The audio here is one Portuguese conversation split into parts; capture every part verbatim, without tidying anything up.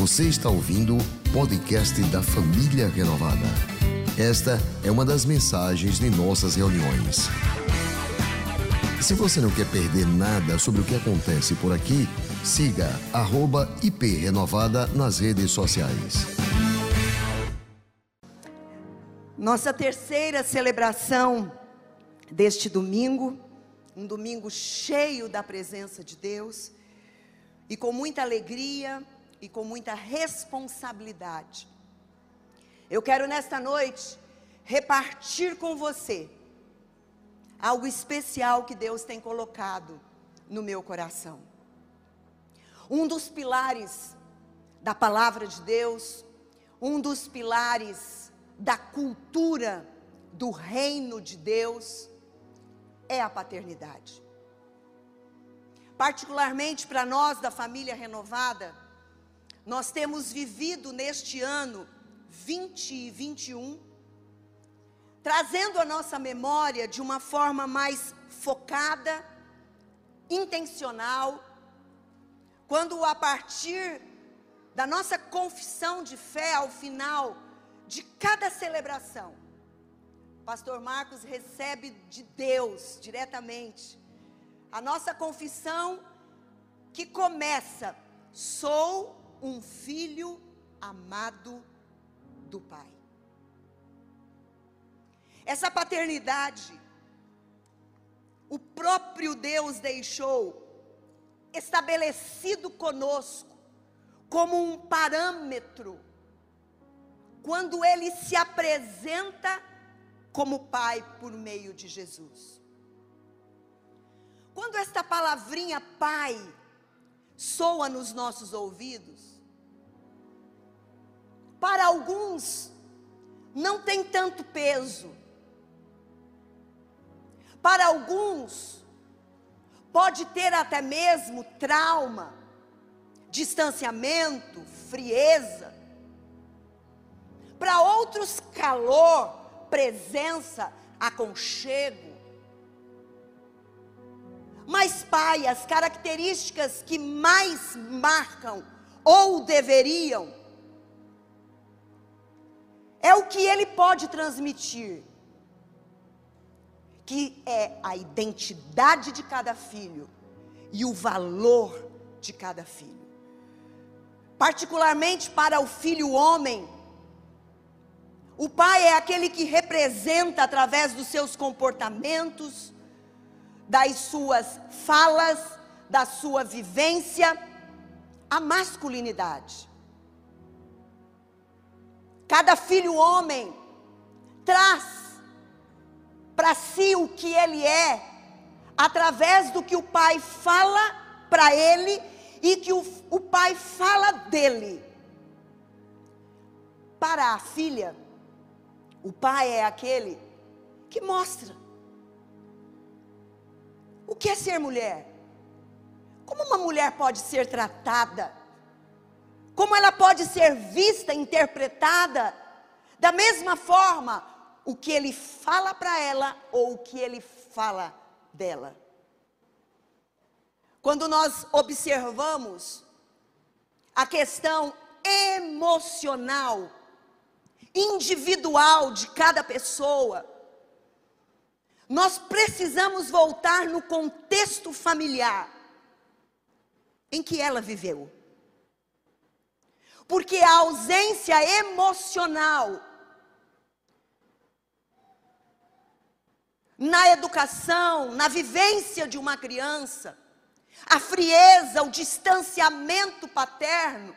Você está ouvindo o podcast da Família Renovada. Esta é uma das mensagens de nossas reuniões. Se você não quer perder nada sobre o que acontece por aqui, siga arroba I P Renovada nas redes sociais. Nossa terceira celebração deste domingo, um domingo cheio da presença de Deus, e com muita alegria e com muita responsabilidade. Eu quero nesta noite repartir com você algo especial que Deus tem colocado no meu coração. Um dos pilares da palavra de Deus, um dos pilares da cultura do reino de Deus é a paternidade. Particularmente para nós da família renovada, nós temos vivido neste ano vinte e vinte e um, trazendo a nossa memória de uma forma mais focada, intencional, quando a partir da nossa confissão de fé ao final de cada celebração, Pastor Marcos recebe de Deus diretamente a nossa confissão que começa: sou um filho amado do Pai. Essa paternidade, o próprio Deus deixou estabelecido conosco como um parâmetro, quando Ele se apresenta como Pai por meio de Jesus. Quando esta palavrinha Pai soa nos nossos ouvidos, para alguns não tem tanto peso, para alguns pode ter até mesmo trauma, distanciamento, frieza, para outros calor, presença, aconchego. Mas Pai, as características que mais marcam, ou deveriam, é o que Ele pode transmitir, que é a identidade de cada filho e o valor de cada filho. Particularmente para o filho homem, o pai é aquele que representa através dos seus comportamentos, das suas falas, da sua vivência, a masculinidade. Cada filho homem traz para si o que ele é, através do que o pai fala para ele e que o, o pai fala dele. Para a filha, o pai é aquele que mostra o que é ser mulher, como uma mulher pode ser tratada, como ela pode ser vista, interpretada, da mesma forma, o que ele fala para ela ou o que ele fala dela. Quando nós observamos a questão emocional, individual de cada pessoa, nós precisamos voltar no contexto familiar em que ela viveu. Porque a ausência emocional na educação, na vivência de uma criança, a frieza, o distanciamento paterno,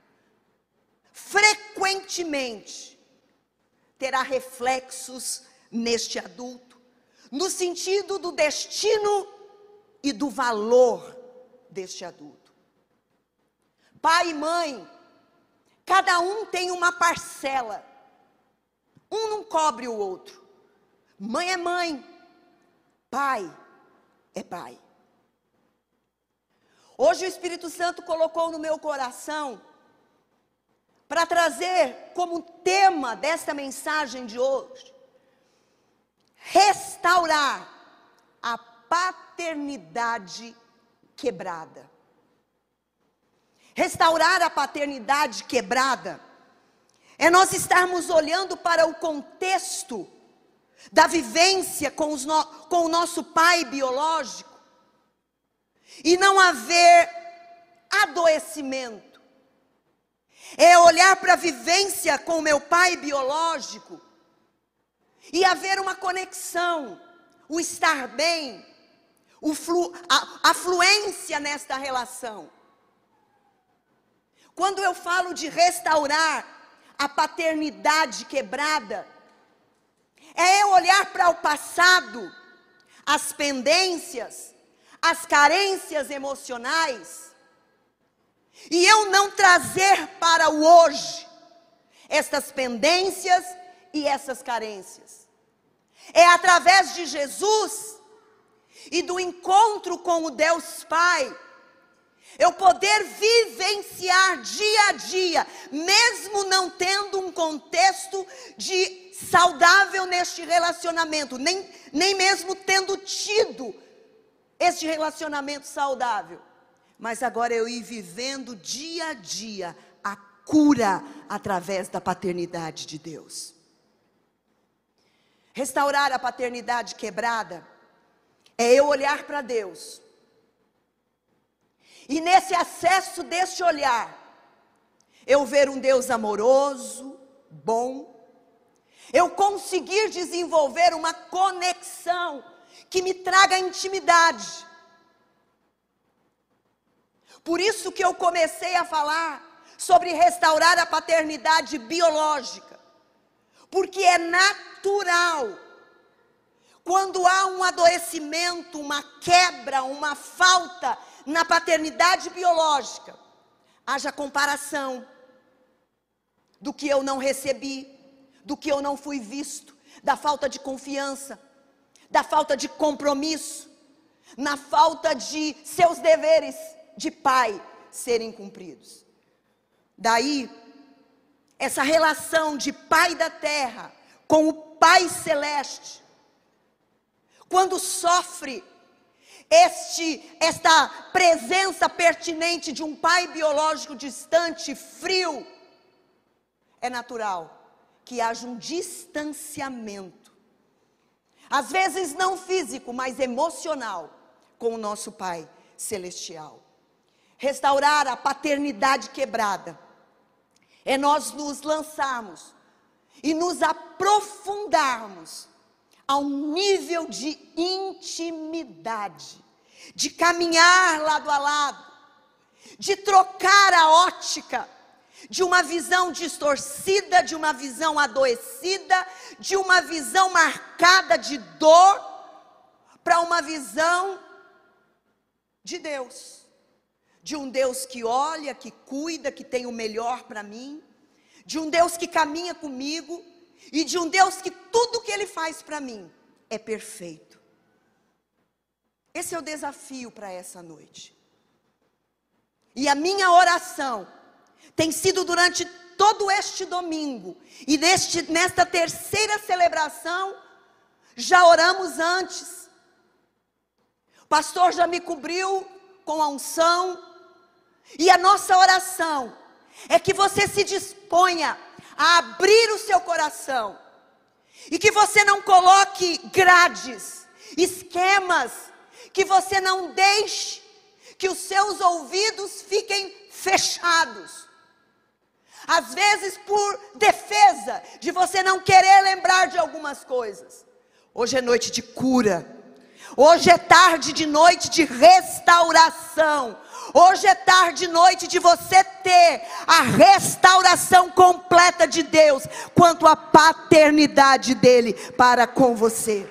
frequentemente terá reflexos neste adulto, no sentido do destino e do valor deste adulto. Pai e mãe, cada um tem uma parcela, um não cobre o outro. Mãe é mãe, pai é pai. Hoje o Espírito Santo colocou no meu coração para trazer como tema desta mensagem de hoje, restaurar a paternidade quebrada. Restaurar a paternidade quebrada é nós estarmos olhando para o contexto da vivência com, os no, com o nosso pai biológico e não haver adoecimento. É olhar para a vivência com o meu pai biológico e haver uma conexão, o estar bem, o flu, a, a fluência nesta relação. Quando eu falo de restaurar a paternidade quebrada, é eu olhar para o passado, as pendências, as carências emocionais, e eu não trazer para o hoje estas pendências e essas carências. É através de Jesus e do encontro com o Deus Pai, eu poder vivenciar dia a dia, mesmo não tendo um contexto de saudável neste relacionamento, nem, nem mesmo tendo tido este relacionamento saudável. Mas agora eu ir vivendo dia a dia a cura através da paternidade de Deus. Restaurar a paternidade quebrada é eu olhar para Deus. E nesse acesso deste olhar, eu ver um Deus amoroso, bom, eu conseguir desenvolver uma conexão que me traga intimidade. Por isso que eu comecei a falar sobre restaurar a paternidade biológica, porque é natural, quando há um adoecimento, uma quebra, uma falta na paternidade biológica, haja comparação do que eu não recebi, do que eu não fui visto, da falta de confiança, da falta de compromisso, na falta de seus deveres de pai serem cumpridos. Daí, essa relação de pai da terra com o pai celeste, quando sofre Este, esta presença pertinente de um pai biológico distante, frio, é natural que haja um distanciamento, às vezes não físico, mas emocional, com o nosso pai celestial. Restaurar a paternidade quebrada é nós nos lançarmos e nos aprofundarmos a um nível de intimidade, de caminhar lado a lado, de trocar a ótica, de uma visão distorcida, de uma visão adoecida, de uma visão marcada de dor, para uma visão de Deus, de um Deus que olha, que cuida, que tem o melhor para mim, de um Deus que caminha comigo, e de um Deus que tudo que Ele faz para mim é perfeito. Esse é o desafio para essa noite. E a minha oração tem sido durante todo este domingo, e neste, nesta terceira celebração, já oramos antes. O pastor já me cobriu com a unção, e a nossa oração é que você se disponha a abrir o seu coração, e que você não coloque grades, esquemas, que você não deixe que os seus ouvidos fiquem fechados, às vezes por defesa, de você não querer lembrar de algumas coisas. Hoje é noite de cura, hoje é tarde de noite de restauração, hoje é tarde de noite de você ter a restauração completa de Deus, quanto à paternidade dEle para com você.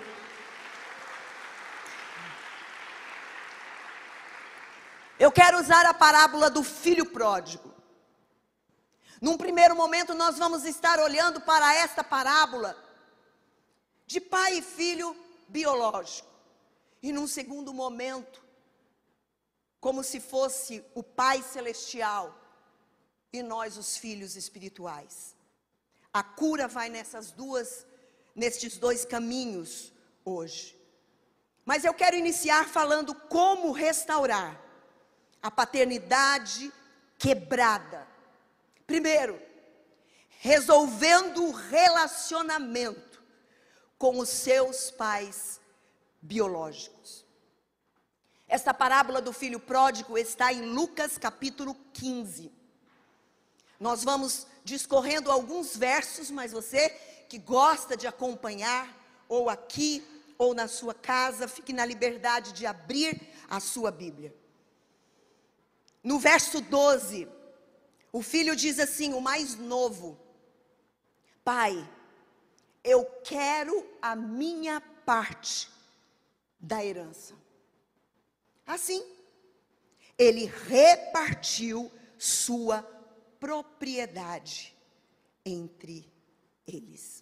Eu quero usar a parábola do filho pródigo. Num primeiro momento nós vamos estar olhando para esta parábola de pai e filho biológico. E num segundo momento, como se fosse o Pai Celestial e nós os filhos espirituais. A cura vai nessas duas, nestes dois caminhos hoje. Mas eu quero iniciar falando como restaurar a paternidade quebrada. Primeiro, resolvendo o relacionamento com os seus pais biológicos. Esta parábola do filho pródigo está em Lucas capítulo quinze. Nós vamos discorrendo alguns versos, mas você que gosta de acompanhar, ou aqui, ou na sua casa, fique na liberdade de abrir a sua Bíblia. No verso doze, o filho diz assim, o mais novo: Pai, eu quero a minha parte da herança. Assim, ele repartiu sua propriedade entre eles.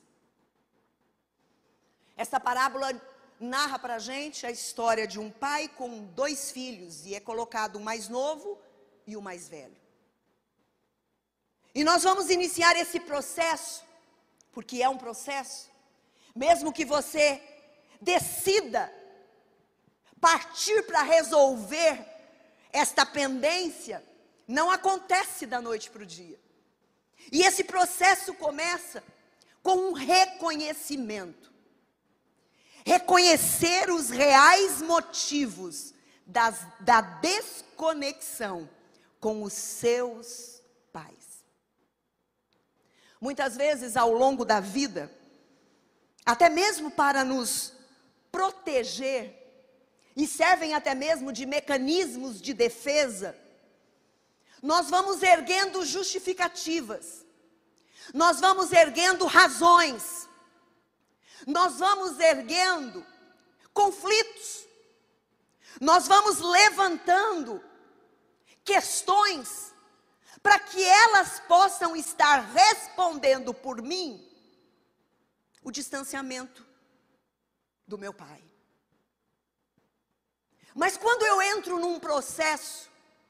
Essa parábola narra para a gente a história de um pai com dois filhos, e é colocado o mais novo e o mais velho. E nós vamos iniciar esse processo, porque é um processo, mesmo que você decida partir para resolver esta pendência, não acontece da noite para o dia. E esse processo começa com um reconhecimento. Reconhecer os reais motivos das, da desconexão com os seus pais. Muitas vezes ao longo da vida, até mesmo para nos proteger, e servem até mesmo de mecanismos de defesa, nós vamos erguendo justificativas, nós vamos erguendo razões, nós vamos erguendo conflitos, nós vamos levantando questões para que elas possam estar respondendo por mim o distanciamento do meu pai. Mas quando eu entro num processo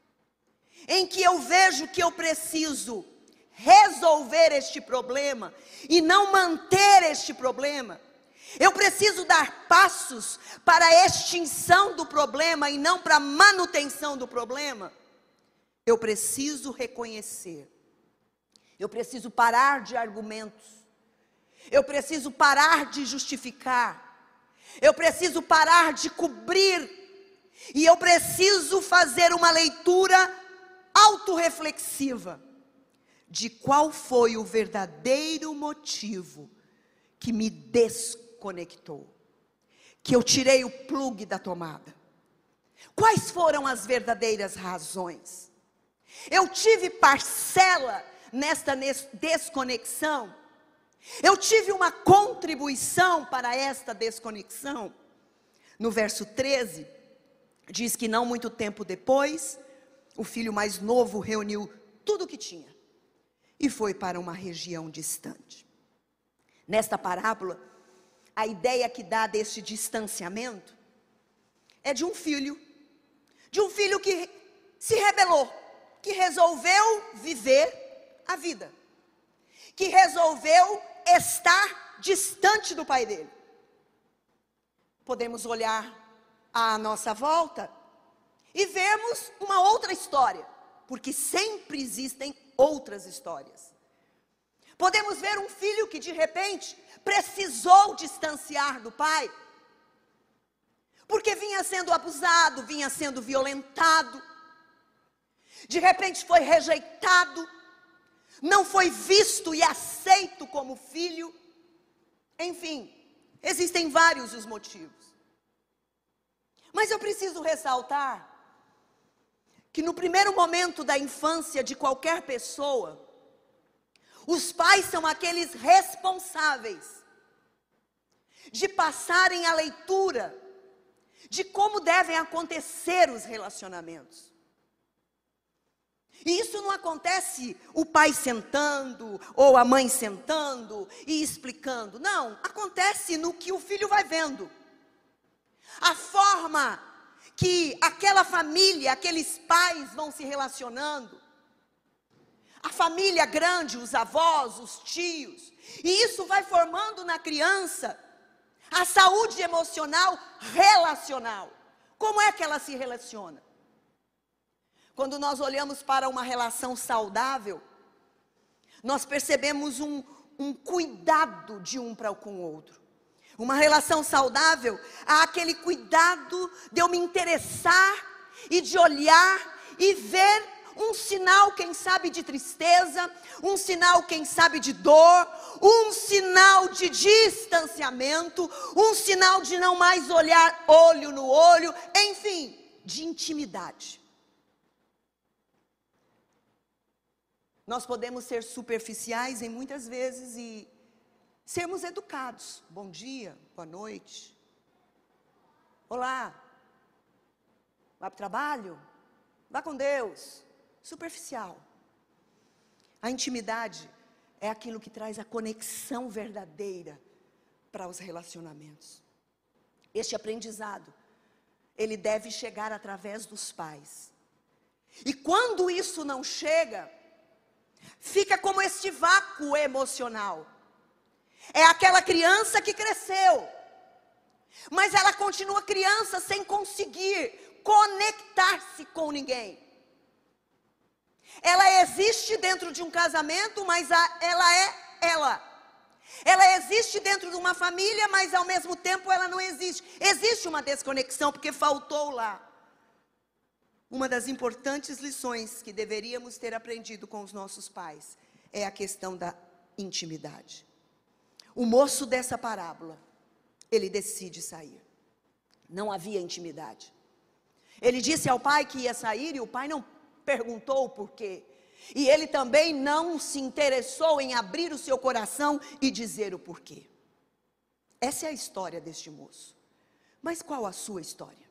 em que eu vejo que eu preciso resolver este problema e não manter este problema, eu preciso dar passos para a extinção do problema e não para a manutenção do problema, eu preciso reconhecer, eu preciso parar de argumentos, eu preciso parar de justificar, eu preciso parar de cobrir, e eu preciso fazer uma leitura autorreflexiva de qual foi o verdadeiro motivo que me desconectou, que eu tirei o plugue da tomada. Quais foram as verdadeiras razões? Eu tive parcela nesta desconexão? Eu tive uma contribuição para esta desconexão? No verso treze, diz que não muito tempo depois, o filho mais novo reuniu tudo o que tinha e foi para uma região distante. Nesta parábola, a ideia que dá deste distanciamento é de um filho, de um filho que se rebelou, que resolveu viver a vida, que resolveu estar distante do pai dele. Podemos olhar à nossa volta e vermos uma outra história, porque sempre existem outras histórias. Podemos ver um filho que de repente precisou distanciar do pai, porque vinha sendo abusado, vinha sendo violentado, de repente foi rejeitado, não foi visto e aceito como filho. Enfim, existem vários os motivos. Mas eu preciso ressaltar que no primeiro momento da infância de qualquer pessoa, os pais são aqueles responsáveis de passarem a leitura de como devem acontecer os relacionamentos. E isso não acontece o pai sentando, ou a mãe sentando e explicando. Não, acontece no que o filho vai vendo. A forma que aquela família, aqueles pais vão se relacionando. A família grande, os avós, os tios. E isso vai formando na criança a saúde emocional relacional. Como é que ela se relaciona? Quando nós olhamos para uma relação saudável, nós percebemos um, um cuidado de um para com o outro. Uma relação saudável, há aquele cuidado de eu me interessar e de olhar e ver um sinal, quem sabe, de tristeza, um sinal, quem sabe, de dor, um sinal de distanciamento, um sinal de não mais olhar olho no olho, enfim, de intimidade. Nós podemos ser superficiais em muitas vezes e sermos educados. Bom dia, boa noite. Olá. Vai para o trabalho? Vá com Deus. Superficial. A intimidade é aquilo que traz a conexão verdadeira para os relacionamentos. Este aprendizado, ele deve chegar através dos pais. E quando isso não chega, fica como este vácuo emocional. É aquela criança que cresceu, mas ela continua criança sem conseguir conectar-se com ninguém. Ela existe dentro de um casamento, mas a, ela é ela. Ela existe dentro de uma família, mas ao mesmo tempo ela não existe. Existe uma desconexão porque faltou lá. Uma das importantes lições que deveríamos ter aprendido com os nossos pais é a questão da intimidade. O moço dessa parábola, ele decide sair. Não havia intimidade. Ele disse ao pai que ia sair e o pai não perguntou o porquê. E ele também não se interessou em abrir o seu coração e dizer o porquê. Essa é a história deste moço. Mas qual a sua história?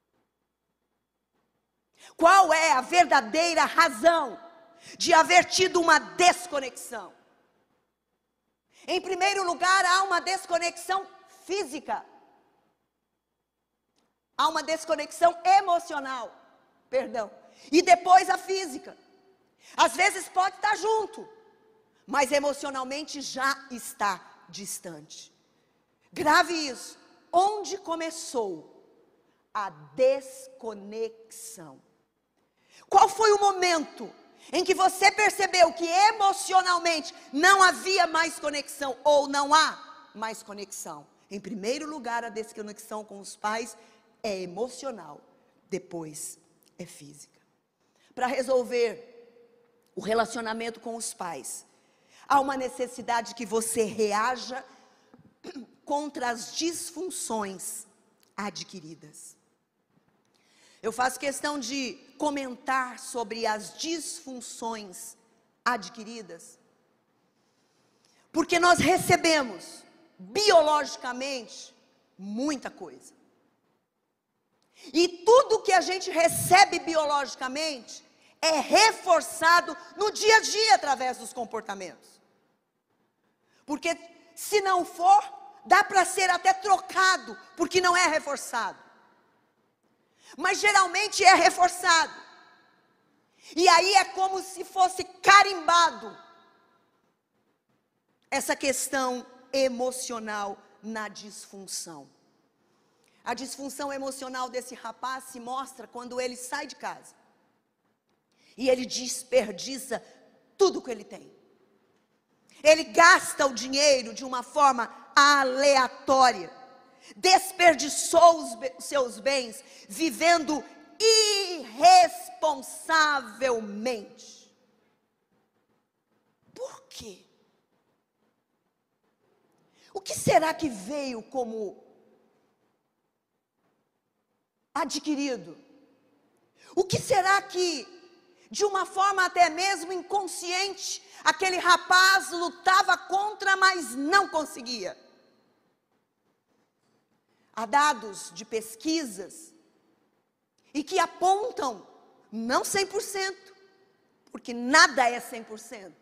Qual é a verdadeira razão de haver tido uma desconexão? Em primeiro lugar, há uma desconexão física. Há uma desconexão emocional, perdão. E depois a física. Às vezes pode estar junto, mas emocionalmente já está distante. Grave isso. Onde começou a desconexão? Qual foi o momento em que você percebeu que emocionalmente não havia mais conexão ou não há mais conexão? Em primeiro lugar, a desconexão com os pais é emocional, depois é física. Para resolver o relacionamento com os pais, há uma necessidade que você reaja contra as disfunções adquiridas. Eu faço questão de comentar sobre as disfunções adquiridas, porque nós recebemos biologicamente muita coisa. E tudo que a gente recebe biologicamente é reforçado no dia a dia através dos comportamentos. Porque se não for, dá para ser até trocado, porque não é reforçado. Mas geralmente é reforçado. E aí é como se fosse carimbado essa questão emocional na disfunção. A disfunção emocional desse rapaz se mostra quando ele sai de casa. E ele desperdiça tudo que ele tem. Ele gasta o dinheiro de uma forma aleatória. Desperdiçou os seus bens vivendo irresponsavelmente. Por quê? O que será que veio como adquirido? O que será que, de uma forma até mesmo inconsciente, aquele rapaz lutava contra, mas não conseguia? Há dados de pesquisas e que apontam, não cem por cento, porque nada é cem por cento,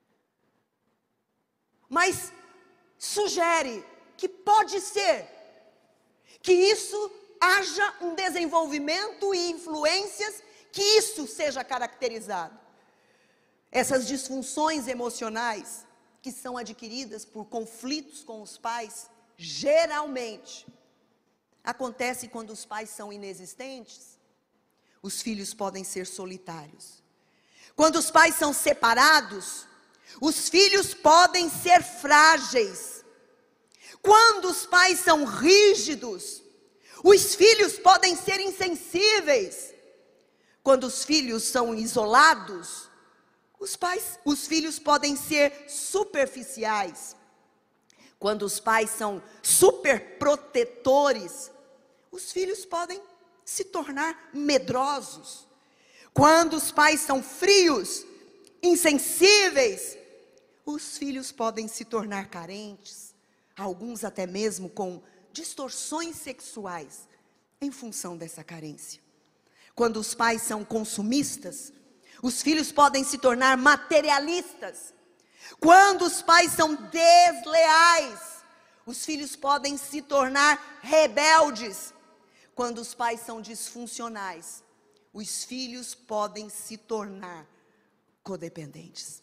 mas sugere que pode ser que isso haja um desenvolvimento e influências que isso seja caracterizado. Essas disfunções emocionais que são adquiridas por conflitos com os pais, geralmente acontece quando os pais são inexistentes, os filhos podem ser solitários. Quando os pais são separados, os filhos podem ser frágeis. Quando os pais são rígidos, os filhos podem ser insensíveis. Quando os filhos são isolados, os pais, os filhos podem ser superficiais. Quando os pais são superprotetores, os filhos podem se tornar medrosos. Quando os pais são frios, insensíveis, os filhos podem se tornar carentes, alguns até mesmo com distorções sexuais em função dessa carência. Quando os pais são consumistas, os filhos podem se tornar materialistas. Quando os pais são desleais, os filhos podem se tornar rebeldes. Quando os pais são disfuncionais, os filhos podem se tornar codependentes.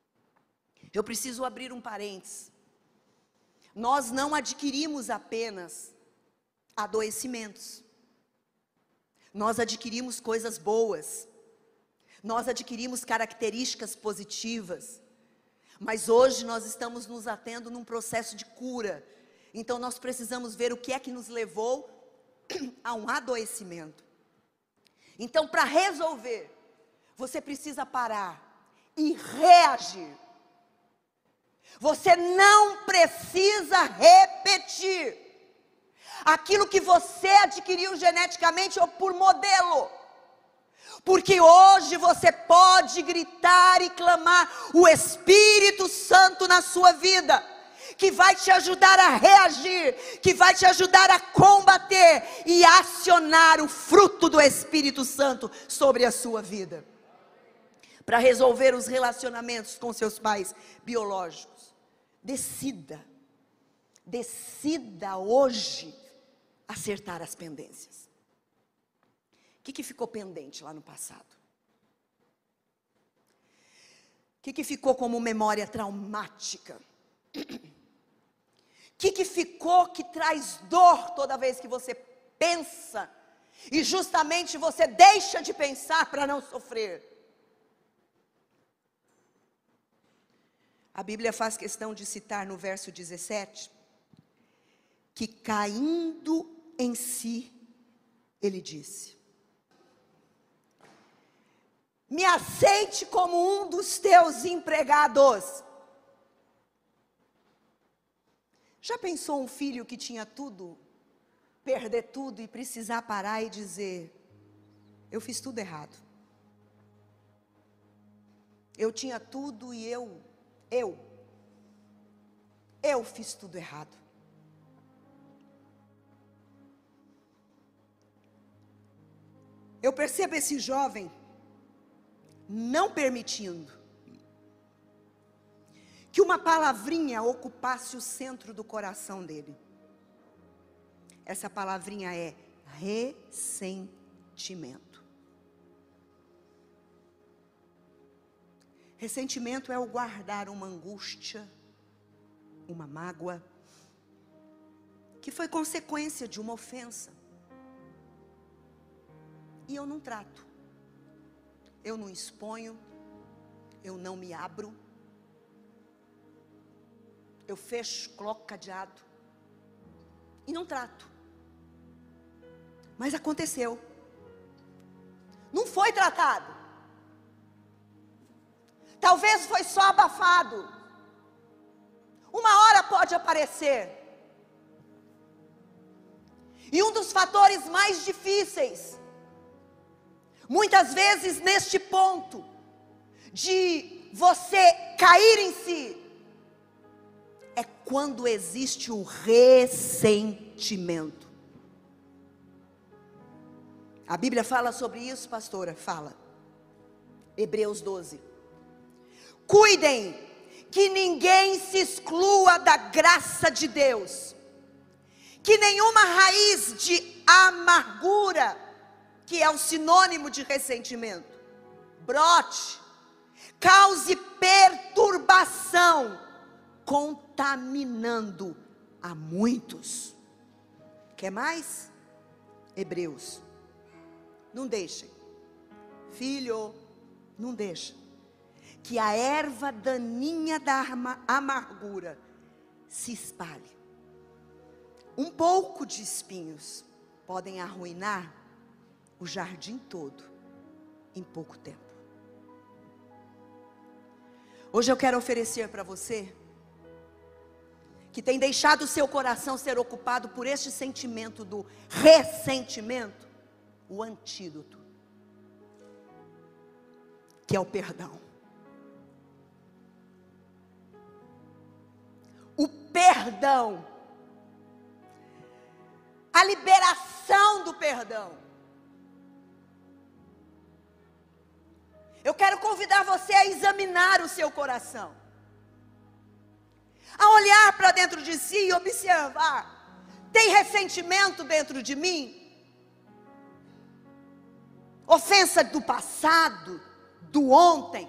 Eu preciso abrir um parênteses. Nós não adquirimos apenas adoecimentos. Nós adquirimos coisas boas. Nós adquirimos características positivas. Mas hoje nós estamos nos atendo num processo de cura. Então nós precisamos ver o que é que nos levou a um adoecimento. Então, para resolver, você precisa parar e reagir. Você não precisa repetir aquilo que você adquiriu geneticamente ou por modelo. Porque hoje você pode gritar e clamar o Espírito Santo na sua vida, que vai te ajudar a reagir, que vai te ajudar a combater e acionar o fruto do Espírito Santo sobre a sua vida. Para resolver os relacionamentos com seus pais biológicos, decida, decida hoje acertar as pendências. O que, que ficou pendente lá no passado? O que, que ficou como memória traumática? O que, que ficou que traz dor toda vez que você pensa, e justamente você deixa de pensar para não sofrer? A Bíblia faz questão de citar no verso dezessete, que caindo em si, ele disse: me aceite como um dos teus empregados. Já pensou um filho que tinha tudo, perder tudo e precisar parar e dizer: eu fiz tudo errado. Eu tinha tudo e eu, eu, eu fiz tudo errado. Eu percebo esse jovem não permitindo que uma palavrinha ocupasse o centro do coração dele. Essa palavrinha é ressentimento. Ressentimento é o guardar uma angústia, uma mágoa, que foi consequência de uma ofensa. E eu não trato, eu não exponho, eu não me abro, eu fecho, coloco cadeado e não trato. Mas aconteceu, não foi tratado, talvez foi só abafado. Uma hora pode aparecer. E um dos fatores mais difíceis, muitas vezes neste ponto, de você cair em si, é quando existe o ressentimento. A Bíblia fala sobre isso, pastora? Fala. Hebreus doze. Cuidem que ninguém se exclua da graça de Deus, que nenhuma raiz de amargura, que é o sinônimo de ressentimento, brote, cause perturbação, contaminando a muitos. Quer mais? Hebreus. Não deixem filho, não deixa que a erva daninha da amargura se espalhe. Um pouco de espinhos podem arruinar o jardim todo em pouco tempo. Hoje eu quero oferecer para você que tem deixado o seu coração ser ocupado por este sentimento do ressentimento, o antídoto, que é o perdão. O perdão, a liberação do perdão. Eu quero convidar você a examinar o seu coração, a olhar para dentro de si e observar: tem ressentimento dentro de mim? Ofensa do passado, do ontem?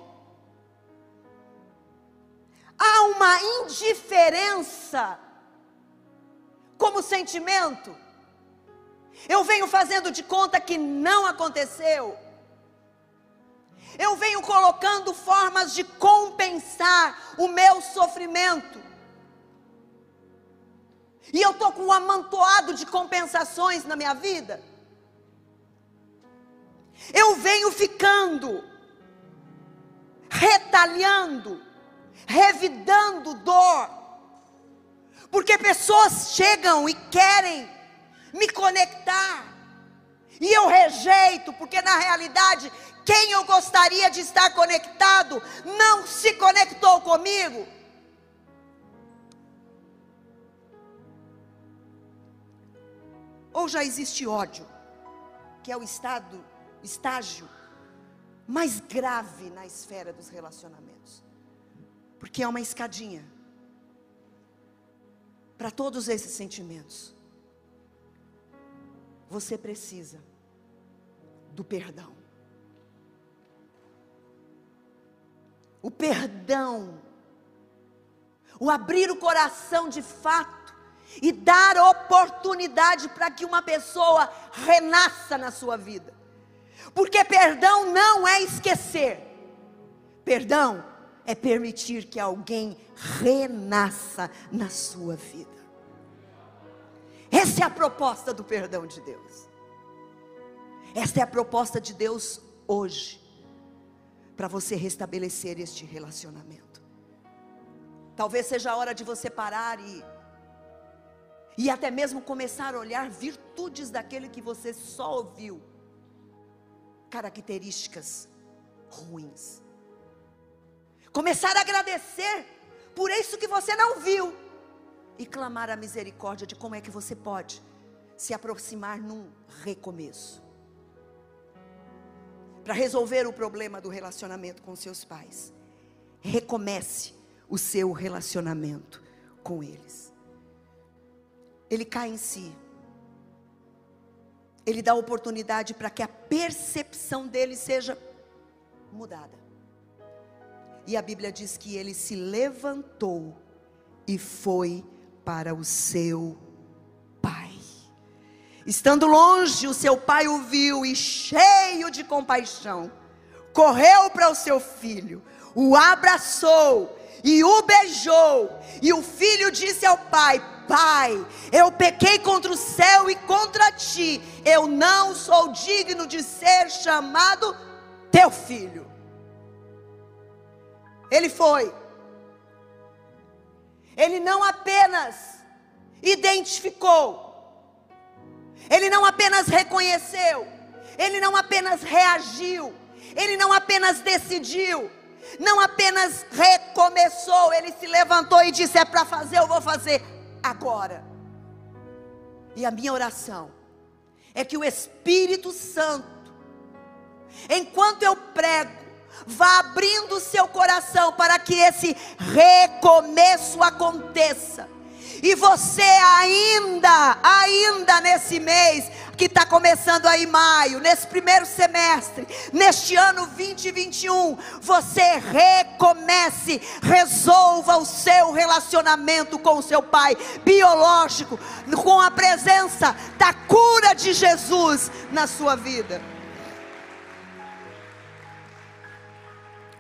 Há uma indiferença como sentimento? Eu venho fazendo de conta que não aconteceu. Eu venho colocando formas de compensar o meu sofrimento. E eu estou com um amontoado de compensações na minha vida. Eu venho ficando, retalhando, revidando dor, porque pessoas chegam e querem me conectar, e eu rejeito, porque na realidade, quem eu gostaria de estar conectado, não se conectou comigo. Ou já existe ódio, que é o estado, estágio mais grave na esfera dos relacionamentos, porque é uma escadinha para todos esses sentimentos. Você precisa do perdão. O perdão, o abrir o coração de fato e dar oportunidade para que uma pessoa renasça na sua vida. Porque perdão não é esquecer. Perdão é permitir que alguém renasça na sua vida. Essa é a proposta do perdão de Deus. Esta é a proposta de Deus hoje, para você restabelecer este relacionamento. Talvez seja a hora de você parar e E até mesmo começar a olhar virtudes daquele que você só ouviu, características ruins. Começar a agradecer por isso que você não viu, e clamar a misericórdia de como é que você pode se aproximar num recomeço, para resolver o problema do relacionamento com seus pais. Recomece o seu relacionamento com eles. Ele cai em si. Ele dá oportunidade para que a percepção dele seja mudada. E a Bíblia diz que ele se levantou e foi para o seu pai. Estando longe, o seu pai o viu e, cheio de compaixão, correu para o seu filho, o abraçou e o beijou. E o filho disse ao pai: Pai, eu pequei contra o céu e contra ti, eu não sou digno de ser chamado teu filho. Ele foi. Ele não apenas identificou, ele não apenas reconheceu, ele não apenas reagiu, ele não apenas decidiu, não apenas recomeçou, ele se levantou e disse: é para fazer, eu vou fazer agora. E a minha oração é que o Espírito Santo, enquanto eu prego, vá abrindo o seu coração para que esse recomeço aconteça. E você ainda, ainda nesse mês que está começando aí maio, nesse primeiro semestre, neste ano vinte e vinte e um, você recomece, resolva o seu relacionamento com o seu pai biológico, com a presença da cura de Jesus na sua vida.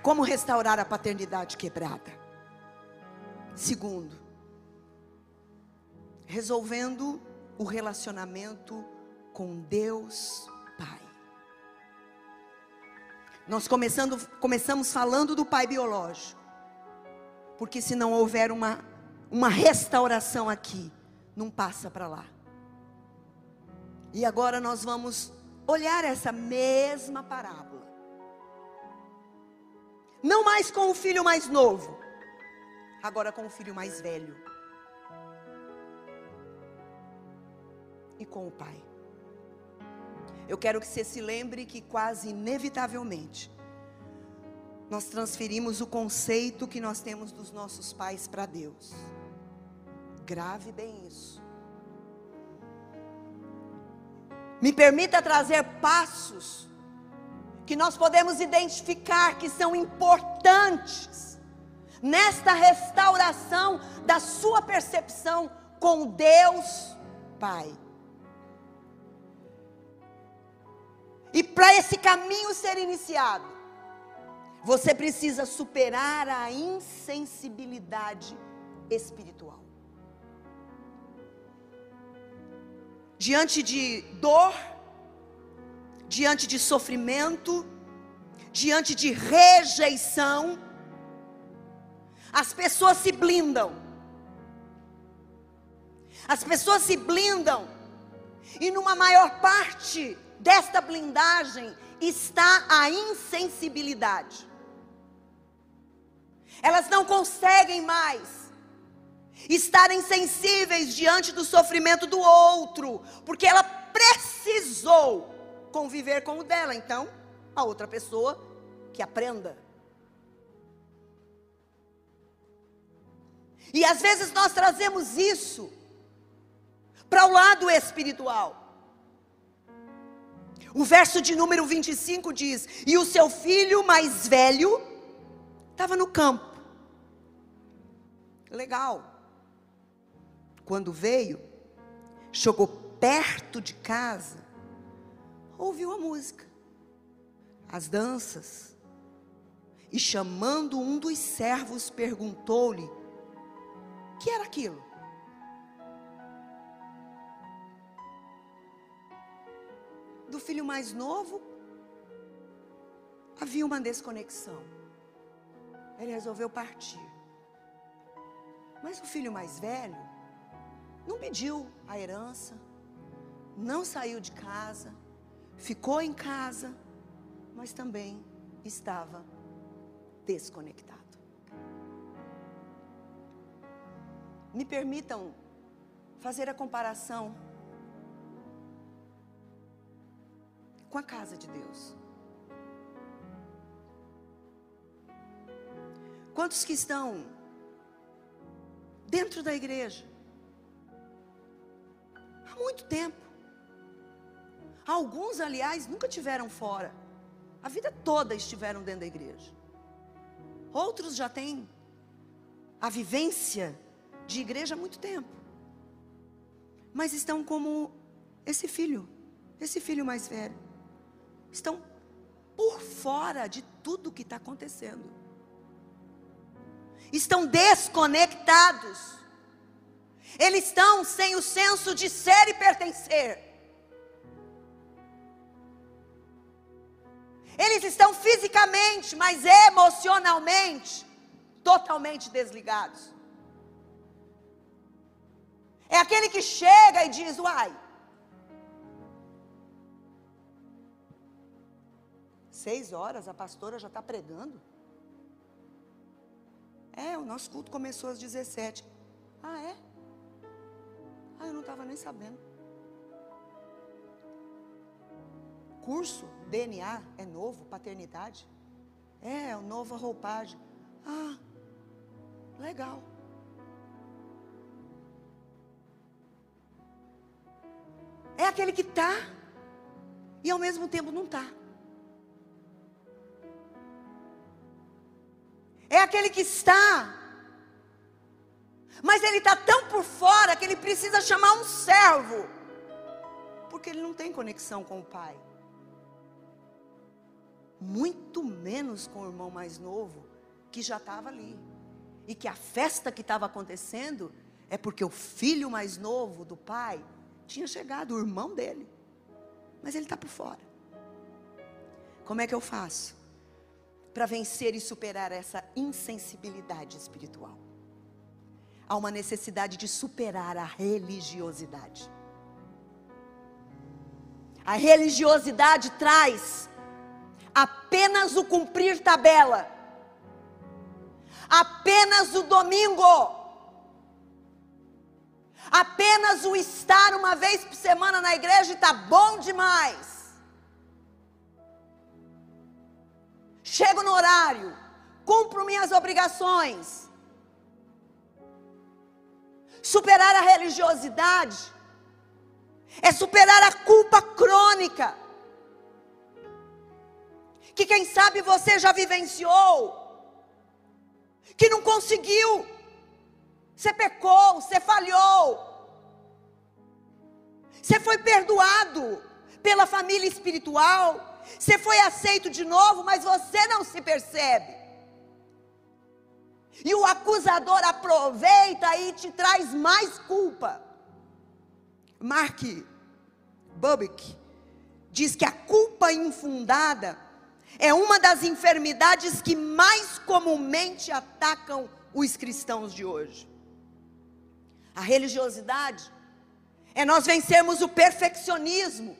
Como restaurar a paternidade quebrada? Segundo, resolvendo o relacionamento com Deus Pai. Nós começando, começamos falando do pai biológico, porque se não houver uma, uma restauração aqui, não passa para lá. E agora nós vamos olhar essa mesma parábola, não mais com o filho mais novo, agora com o filho mais velho, e com o pai. Eu quero que você se lembre que quase inevitavelmente nós transferimos o conceito que nós temos dos nossos pais para Deus. Grave bem isso. Me permita trazer passos que nós podemos identificar que são importantes nesta restauração da sua percepção com Deus Pai. E para esse caminho ser iniciado, você precisa superar a insensibilidade espiritual. Diante de dor, diante de sofrimento, diante de rejeição, as pessoas se blindam. As pessoas se blindam, e numa maior parte desta blindagem está a insensibilidade. Elas não conseguem mais estarem sensíveis diante do sofrimento do outro, porque ela precisou conviver com o dela. Então, a outra pessoa que aprenda. E às vezes nós trazemos isso para o lado espiritual. O verso de número vinte e cinco diz: e o seu filho mais velho estava no campo. Legal. Quando veio, chegou perto de casa, ouviu a música, as danças, e chamando um dos servos, perguntou-lhe: o que era aquilo? Do filho mais novo, havia uma desconexão. Ele resolveu partir. Mas o filho mais velho não pediu a herança, não saiu de casa, ficou em casa, mas também estava desconectado. Me permitam fazer a comparação com a casa de Deus. Quantos que estão dentro da igreja há muito tempo? Alguns, aliás, nunca tiveram fora. A vida toda estiveram dentro da igreja. Outros já têm a vivência de igreja há muito tempo. Mas estão como esse filho, esse filho mais velho. Estão por fora de tudo que está acontecendo. Estão desconectados. Eles estão sem o senso de ser e pertencer. Eles estão fisicamente, mas emocionalmente totalmente desligados. É aquele que chega e diz: uai, seis horas a pastora já está pregando? É, o nosso culto começou às dezessete. Ah, é? Ah, eu não estava nem sabendo. Curso D N A é novo, paternidade? É, é nova roupagem. Ah, legal. É aquele que está e ao mesmo tempo não está. É aquele que está, mas ele está tão por fora que ele precisa chamar um servo, porque ele não tem conexão com o Pai. muito menos com o irmão mais novo, que já estava ali. E que a festa que estava acontecendo é porque o filho mais novo do pai tinha chegado, o irmão dele. Mas ele está por fora. Como é que eu faço para vencer e superar essa insensibilidade espiritual? Há uma necessidade de superar a religiosidade. A religiosidade traz apenas o cumprir tabela, apenas o domingo, apenas o estar uma vez por semana na igreja e está bom demais. Chego no horário, cumpro minhas obrigações. Superar a religiosidade é superar a culpa crônica, que quem sabe você já vivenciou, que não conseguiu, você pecou, você falhou, você foi perdoado pela família espiritual, você foi aceito de novo, mas você não se percebe. E o acusador aproveita e te traz mais culpa. Mark Bubick diz que a culpa infundada é uma das enfermidades que mais comumente atacam os cristãos de hoje. A religiosidade é nós vencermos o perfeccionismo.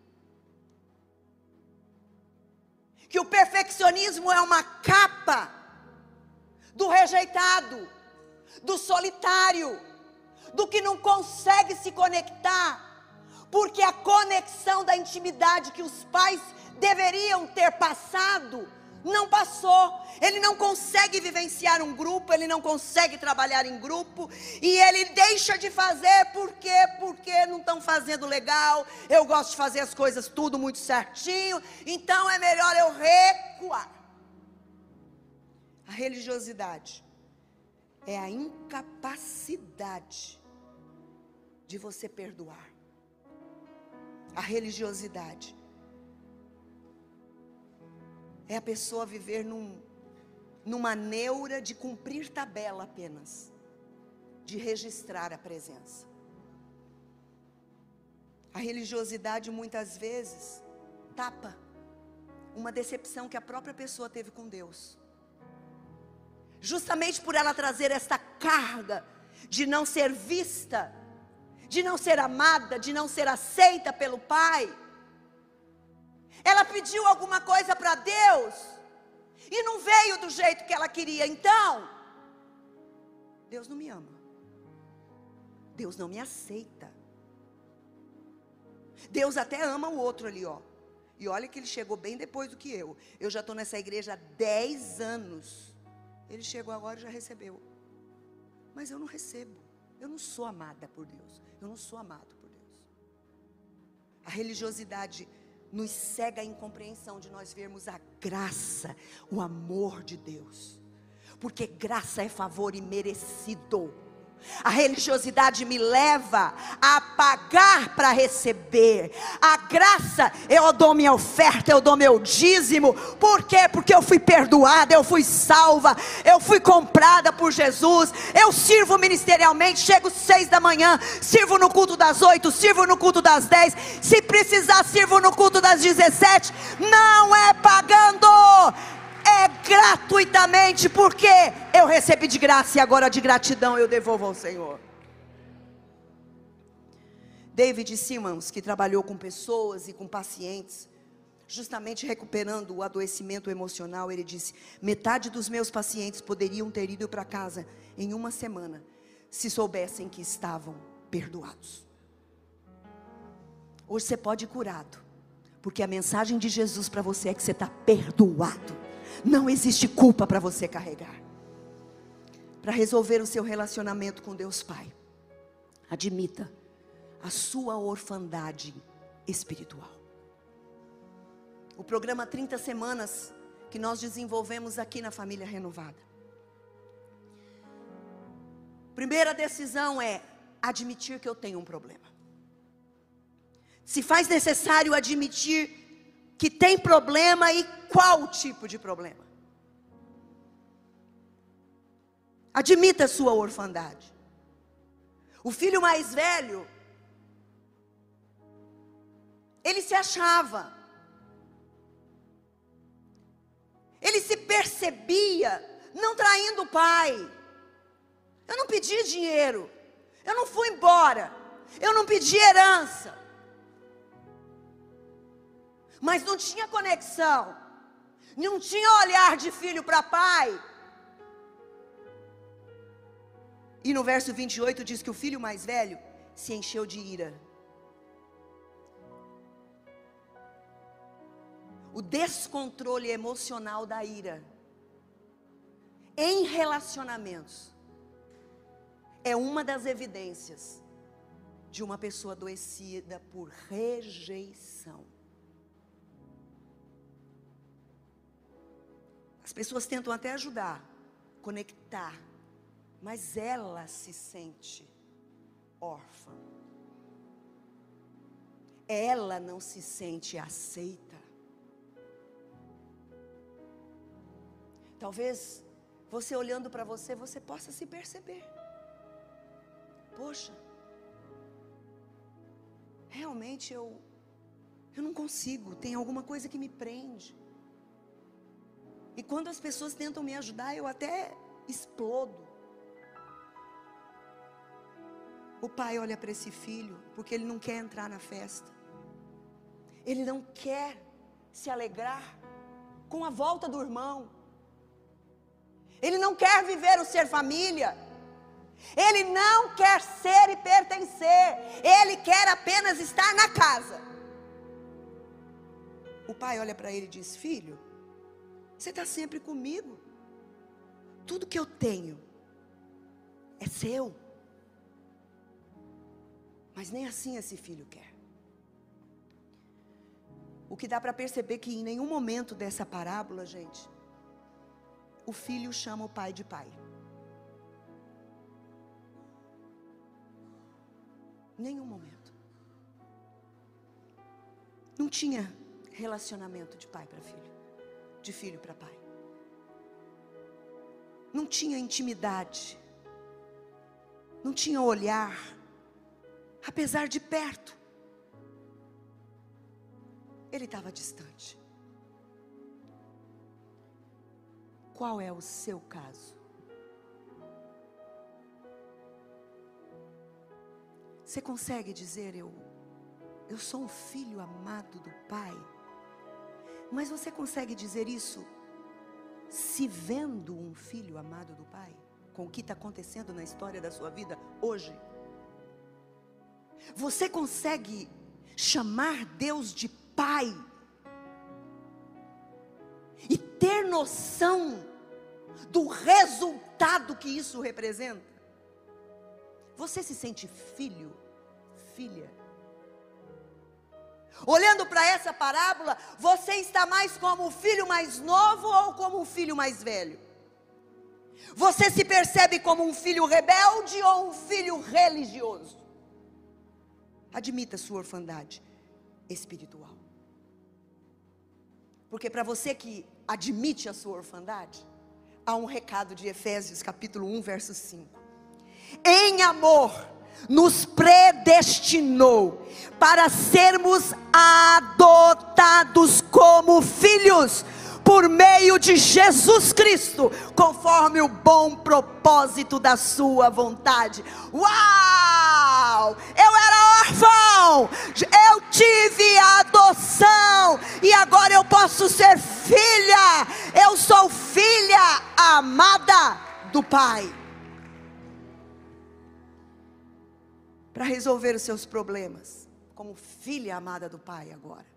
Que o perfeccionismo é uma capa do rejeitado, do solitário, do que não consegue se conectar, porque a conexão da intimidade que os pais deveriam ter passado, não passou. Ele não consegue vivenciar um grupo, ele não consegue trabalhar em grupo, e ele deixa de fazer, por quê? Porque não estão fazendo legal, eu gosto de fazer as coisas tudo muito certinho, então é melhor eu recuar. A religiosidade é a incapacidade de você perdoar. A religiosidade é a pessoa viver num, numa neura de cumprir tabela apenas, de registrar a presença. A religiosidade muitas vezes tapa uma decepção que a própria pessoa teve com Deus. Justamente por ela trazer esta carga de não ser vista, de não ser amada, de não ser aceita pelo Pai. Ela pediu alguma coisa para Deus e não veio do jeito que ela queria. Então, Deus não me ama. Deus não me aceita. Deus até ama o outro ali, ó. E olha que ele chegou bem depois do que eu. Eu já estou nessa igreja há dez anos. Ele chegou agora e já recebeu. Mas eu não recebo. Eu não sou amada por Deus. Eu não sou amado por Deus. A religiosidade nos cega a incompreensão de nós vermos a graça, o amor de Deus. Porque graça é favor imerecido. A religiosidade me leva a pagar para receber. A graça, eu dou minha oferta, eu dou meu dízimo. Por quê? Porque eu fui perdoada, eu fui salva, eu fui comprada por Jesus. Eu sirvo ministerialmente, chego seis da manhã, sirvo no culto das oito, sirvo no culto das dez. Se precisar, sirvo no culto das dezessete. Não é pagando, é gratuitamente, porque eu recebi de graça e agora de gratidão eu devolvo ao Senhor. David Simmons, que trabalhou com pessoas e com pacientes, justamente recuperando o adoecimento emocional, ele disse: metade dos meus pacientes poderiam ter ido para casa em uma semana, se soubessem que estavam perdoados. Hoje você pode ir curado, porque a mensagem de Jesus para você é que você está perdoado. Não existe culpa para você carregar. Para resolver o seu relacionamento com Deus Pai, admita a sua orfandade espiritual. O programa trinta semanas que nós desenvolvemos aqui na Família Renovada. Primeira decisão é admitir que eu tenho um problema. Se faz necessário admitir que tem problema e qual tipo de problema. Admita a sua orfandade. O filho mais velho, ele se achava, ele se percebia não traindo o pai. Eu não pedi dinheiro, eu não fui embora, eu não pedi herança, mas não tinha conexão, não tinha olhar de filho para pai. E no verso vinte e oito diz que o filho mais velho se encheu de ira. O descontrole emocional da ira em relacionamentos é uma das evidências de uma pessoa adoecida por rejeição. As pessoas tentam até ajudar, conectar, mas ela se sente órfã. Ela não se sente aceita. Talvez você olhando para você, você possa se perceber. Poxa, realmente eu, eu não consigo, tem alguma coisa que me prende. E quando as pessoas tentam me ajudar, eu até explodo. O pai olha para esse filho, porque ele não quer entrar na festa. Ele não quer se alegrar com a volta do irmão. Ele não quer viver o ser família. Ele não quer ser e pertencer. Ele quer apenas estar na casa. O pai olha para ele e diz: filho, você está sempre comigo. Tudo que eu tenho é seu. Mas nem assim esse filho quer. O que dá para perceber que em nenhum momento dessa parábola, gente, o filho chama o pai de pai. Nenhum momento. Não tinha relacionamento de pai para filho, de filho para pai. Não tinha intimidade. Não tinha olhar. Apesar de perto, ele estava distante. Qual é o seu caso? Você consegue dizer, eu, eu sou um filho amado do Pai? Mas você consegue dizer isso se vendo um filho amado do Pai? Com o que está acontecendo na história da sua vida hoje? Você consegue chamar Deus de Pai e ter noção do resultado que isso representa? Você se sente filho, filha? Olhando para essa parábola, você está mais como o filho mais novo ou como um filho mais velho? Você se percebe como um filho rebelde ou um filho religioso? Admita sua orfandade espiritual. Porque para você que admite a sua orfandade, há um recado de Efésios capítulo um, verso cinco. Em amor, nos predestinou para sermos adotados como filhos, por meio de Jesus Cristo, conforme o bom propósito da sua vontade. Uau! Eu era órfão, eu tive a adoção, e agora eu posso ser filha. Eu sou filha amada do Pai. Para resolver os seus problemas, como filha amada do Pai agora,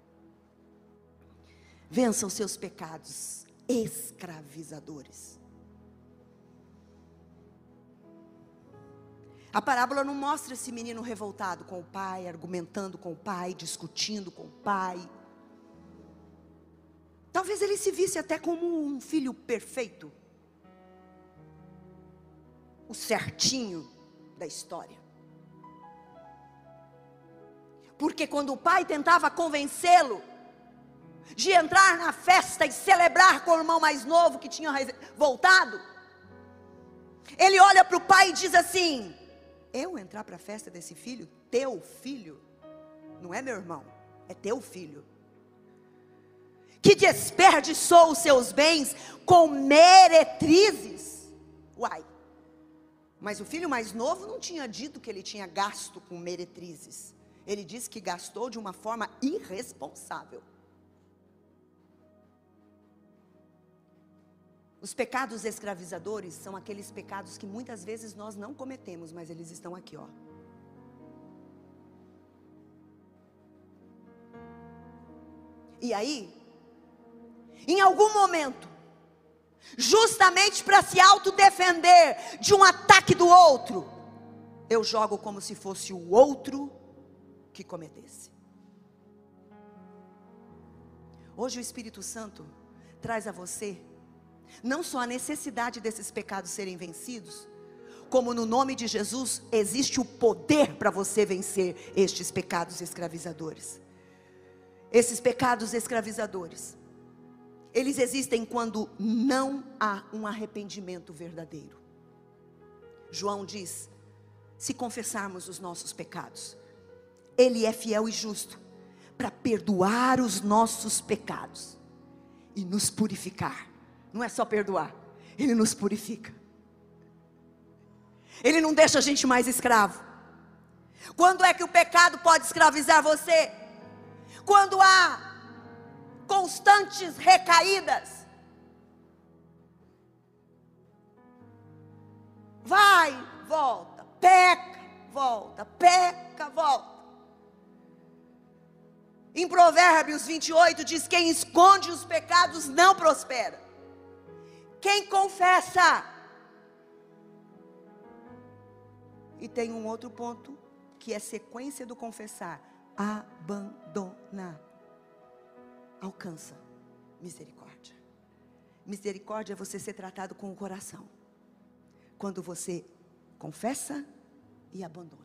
vença os seus pecados escravizadores. A parábola não mostra esse menino revoltado com o pai, argumentando com o pai, discutindo com o pai. Talvez ele se visse até como um filho perfeito, o certinho da história. Porque quando o pai tentava convencê-lo de entrar na festa e celebrar com o irmão mais novo que tinha voltado. Ele olha para o pai e diz assim: eu entrar para a festa desse filho? Teu filho? Não é meu irmão, é teu filho. Que desperdiçou os seus bens com meretrizes. Uai, mas o filho mais novo não tinha dito que ele tinha gasto com meretrizes. Ele disse que gastou de uma forma irresponsável. Os pecados escravizadores são aqueles pecados que muitas vezes nós não cometemos, mas eles estão aqui, ó. E aí, em algum momento, justamente para se autodefender de um ataque do outro, eu jogo como se fosse o outro que cometesse. Hoje o Espírito Santo traz a você não só a necessidade desses pecados serem vencidos, como no nome de Jesus existe o poder para você vencer estes pecados escravizadores. Esses pecados escravizadores, eles existem quando não há um arrependimento verdadeiro. João diz: se confessarmos os nossos pecados, Ele é fiel e justo para perdoar os nossos pecados e nos purificar. Não é só perdoar, Ele nos purifica. Ele não deixa a gente mais escravo. Quando é que o pecado pode escravizar você? Quando há constantes recaídas. Vai, volta, peca, volta, peca, volta. Em Provérbios vinte e oito diz: quem esconde os pecados não prospera. Quem confessa. E tem um outro ponto, que é sequência do confessar: abandonar. Alcança misericórdia. Misericórdia é você ser tratado com o coração, quando você confessa e abandona.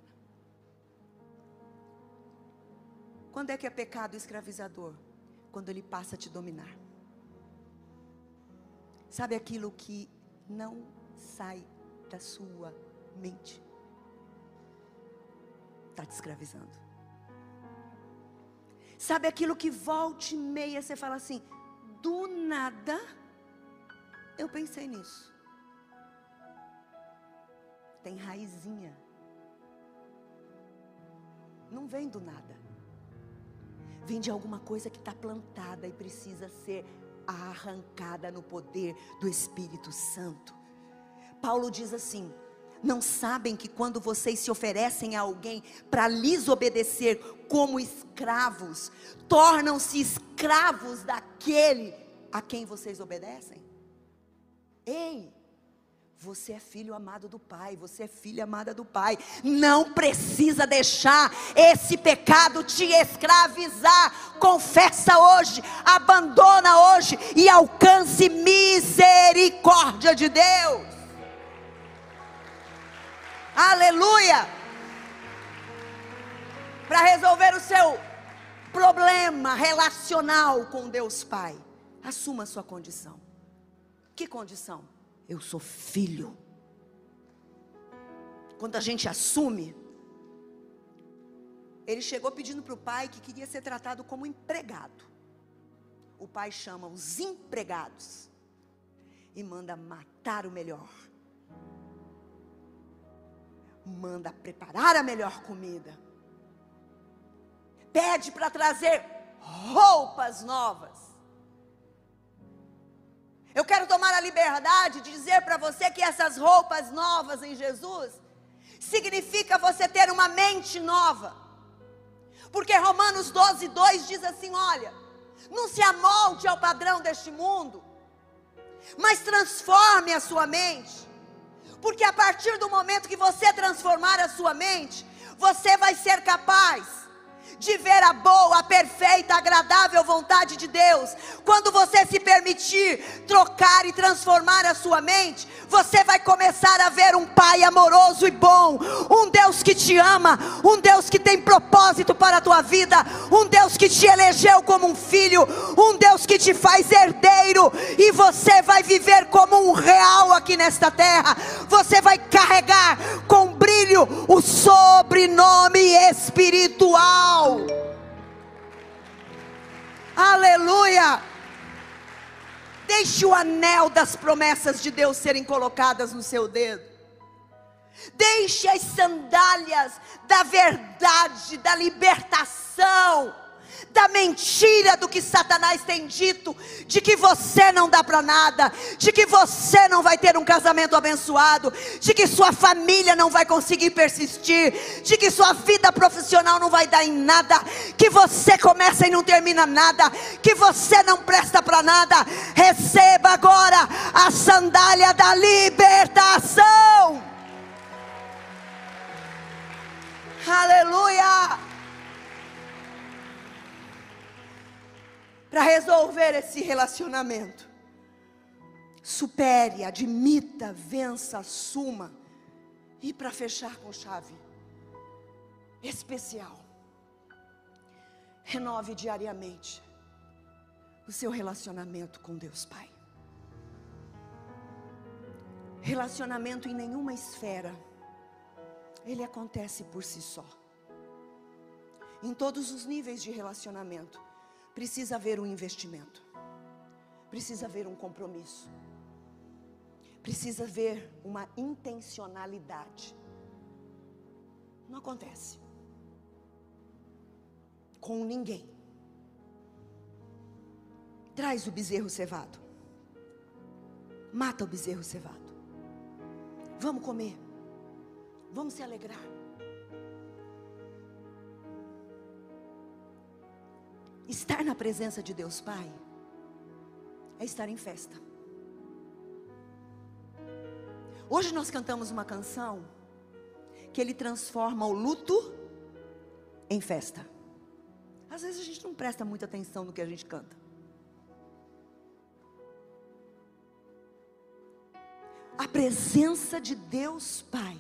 Quando é que é pecado escravizador? Quando ele passa a te dominar. Sabe aquilo que não sai da sua mente? Está te escravizando. Sabe aquilo que volta e meia você fala assim: do nada eu pensei nisso. Tem raizinha. Não vem do nada. Vem de alguma coisa que está plantada e precisa ser arrancada no poder do Espírito Santo. Paulo diz assim: não sabem que quando vocês se oferecem a alguém para lhes obedecer como escravos, tornam-se escravos daquele a quem vocês obedecem? Ei, você é filho amado do Pai, você é filha amada do Pai. Não precisa deixar esse pecado te escravizar. Confessa hoje, abandona hoje e alcance misericórdia de Deus. Aleluia! Para resolver o seu problema relacional com Deus Pai, assuma a sua condição. Que condição? Eu sou filho. Quando a gente assume, ele chegou pedindo para o pai que queria ser tratado como empregado. O pai chama os empregados e manda matar o melhor, manda preparar a melhor comida, pede para trazer roupas novas. Eu quero tomar a liberdade de dizer para você que essas roupas novas em Jesus significa você ter uma mente nova. Porque Romanos doze, dois diz assim: olha, não se amolde ao padrão deste mundo, mas transforme a sua mente. Porque a partir do momento que você transformar a sua mente, você vai ser capaz de ver a boa, a perfeita, agradável vontade de Deus. Quando você se permitir trocar e transformar a sua mente, você vai começar a ver um Pai amoroso e bom, um Deus que te ama, um Deus que tem propósito para a tua vida, um Deus que te elegeu como um filho, um Deus que te faz herdeiro, e você vai viver como um real aqui nesta terra. Você vai carregar com brilho o sobrenome espiritual. Aleluia! Deixe o anel das promessas de Deus serem colocadas no seu dedo. Deixe as sandálias da verdade, da libertação, da mentira do que Satanás tem dito, de que você não dá para nada, de que você não vai ter um casamento abençoado, de que sua família não vai conseguir persistir, de que sua vida profissional não vai dar em nada, que você começa e não termina nada, que você não presta para nada. Receba agora a sandália da libertação. Aleluia! Para resolver esse relacionamento, supere, admita, vença, assuma. E para fechar com chave especial, renove diariamente o seu relacionamento com Deus Pai. Relacionamento em nenhuma esfera, ele acontece por si só. Em todos os níveis de relacionamento, precisa haver um investimento, precisa haver um compromisso, precisa haver uma intencionalidade. Não acontece com ninguém. Traz o bezerro cevado, mata o bezerro cevado, vamos comer, vamos se alegrar. Estar na presença de Deus Pai é estar em festa. Hoje nós cantamos uma canção que ele transforma o luto em festa. Às vezes a gente não presta muita atenção no que a gente canta. A presença de Deus Pai,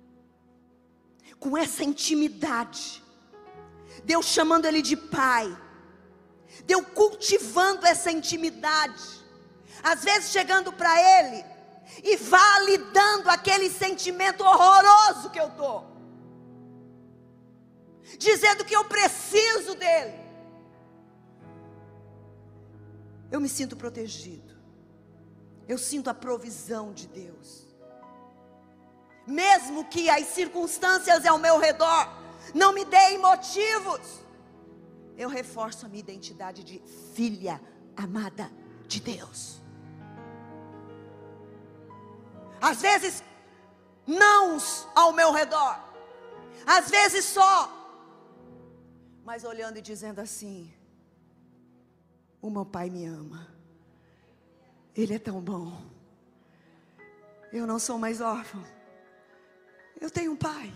com essa intimidade, Deus chamando ele de Pai, Deus cultivando essa intimidade, às vezes chegando para ele e validando aquele sentimento horroroso que eu estou, dizendo que eu preciso dele. Eu me sinto protegido, eu sinto a provisão de Deus, mesmo que as circunstâncias ao meu redor não me deem motivos. Eu reforço a minha identidade de filha amada de Deus. Às vezes, nãos ao meu redor, às vezes só, mas olhando e dizendo assim: o meu Pai me ama, Ele é tão bom, eu não sou mais órfão, eu tenho um Pai.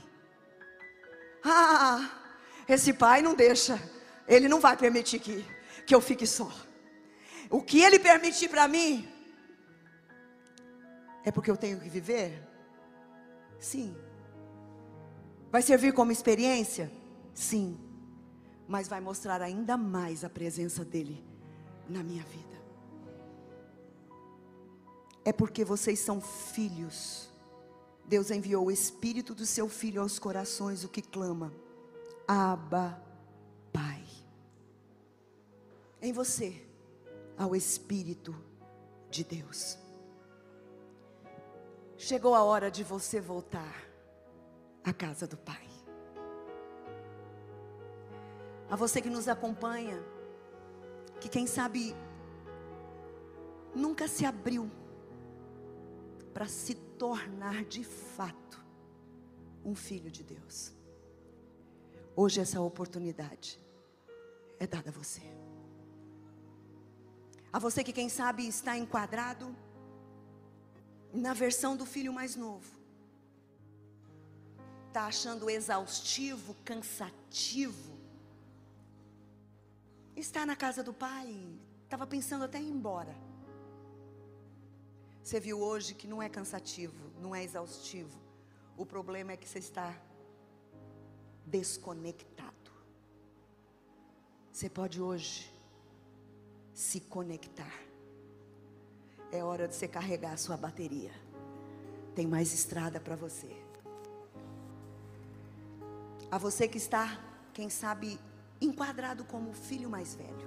Ah, esse Pai não deixa, Ele não vai permitir que, que eu fique só. O que Ele permitir para mim, é porque eu tenho que viver? Sim. Vai servir como experiência? Sim. Mas vai mostrar ainda mais a presença dEle na minha vida. É porque vocês são filhos. Deus enviou o Espírito do seu Filho aos corações, o que clama: Abba, Pai. Em você há o Espírito de Deus. Chegou a hora de você voltar à casa do Pai. A você que nos acompanha, que quem sabe nunca se abriu para se tornar de fato um filho de Deus. Hoje essa oportunidade é dada a você. A você que quem sabe está enquadrado na versão do filho mais novo, está achando exaustivo, cansativo, está na casa do Pai, estava pensando até em ir embora. Você viu hoje que não é cansativo, não é exaustivo. O problema é que você está desconectado. Você pode hoje se conectar. É hora de você carregar a sua bateria. Tem mais estrada para você. A você que está, quem sabe, enquadrado como o filho mais velho,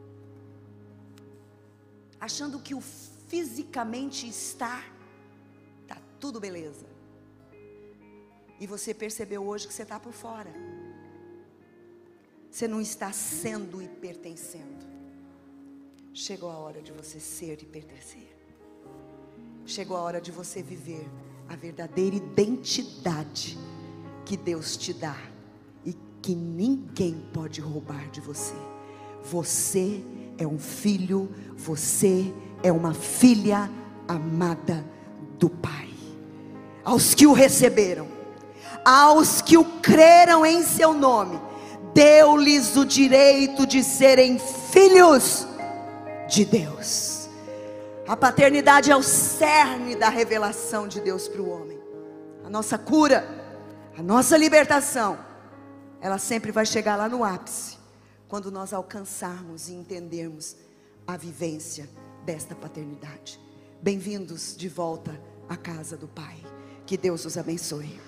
achando que o fisicamente está, tá tudo beleza, e você percebeu hoje que você está por fora. Você não está sendo e pertencendo. Chegou a hora de você ser e pertencer. Chegou a hora de você viver a verdadeira identidade que Deus te dá e que ninguém pode roubar de você. Você é um filho, você é uma filha amada do Pai. Aos que o receberam, aos que o creram em seu nome, deu-lhes o direito de serem filhos de Deus. A paternidade é o cerne da revelação de Deus para o homem. A nossa cura, a nossa libertação, ela sempre vai chegar lá no ápice, quando nós alcançarmos e entendermos a vivência desta paternidade. Bem-vindos de volta à casa do Pai. Que Deus os abençoe.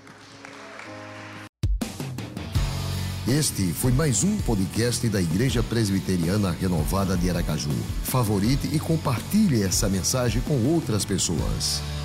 Este foi mais um podcast da Igreja Presbiteriana Renovada de Aracaju. Favorite e compartilhe essa mensagem com outras pessoas.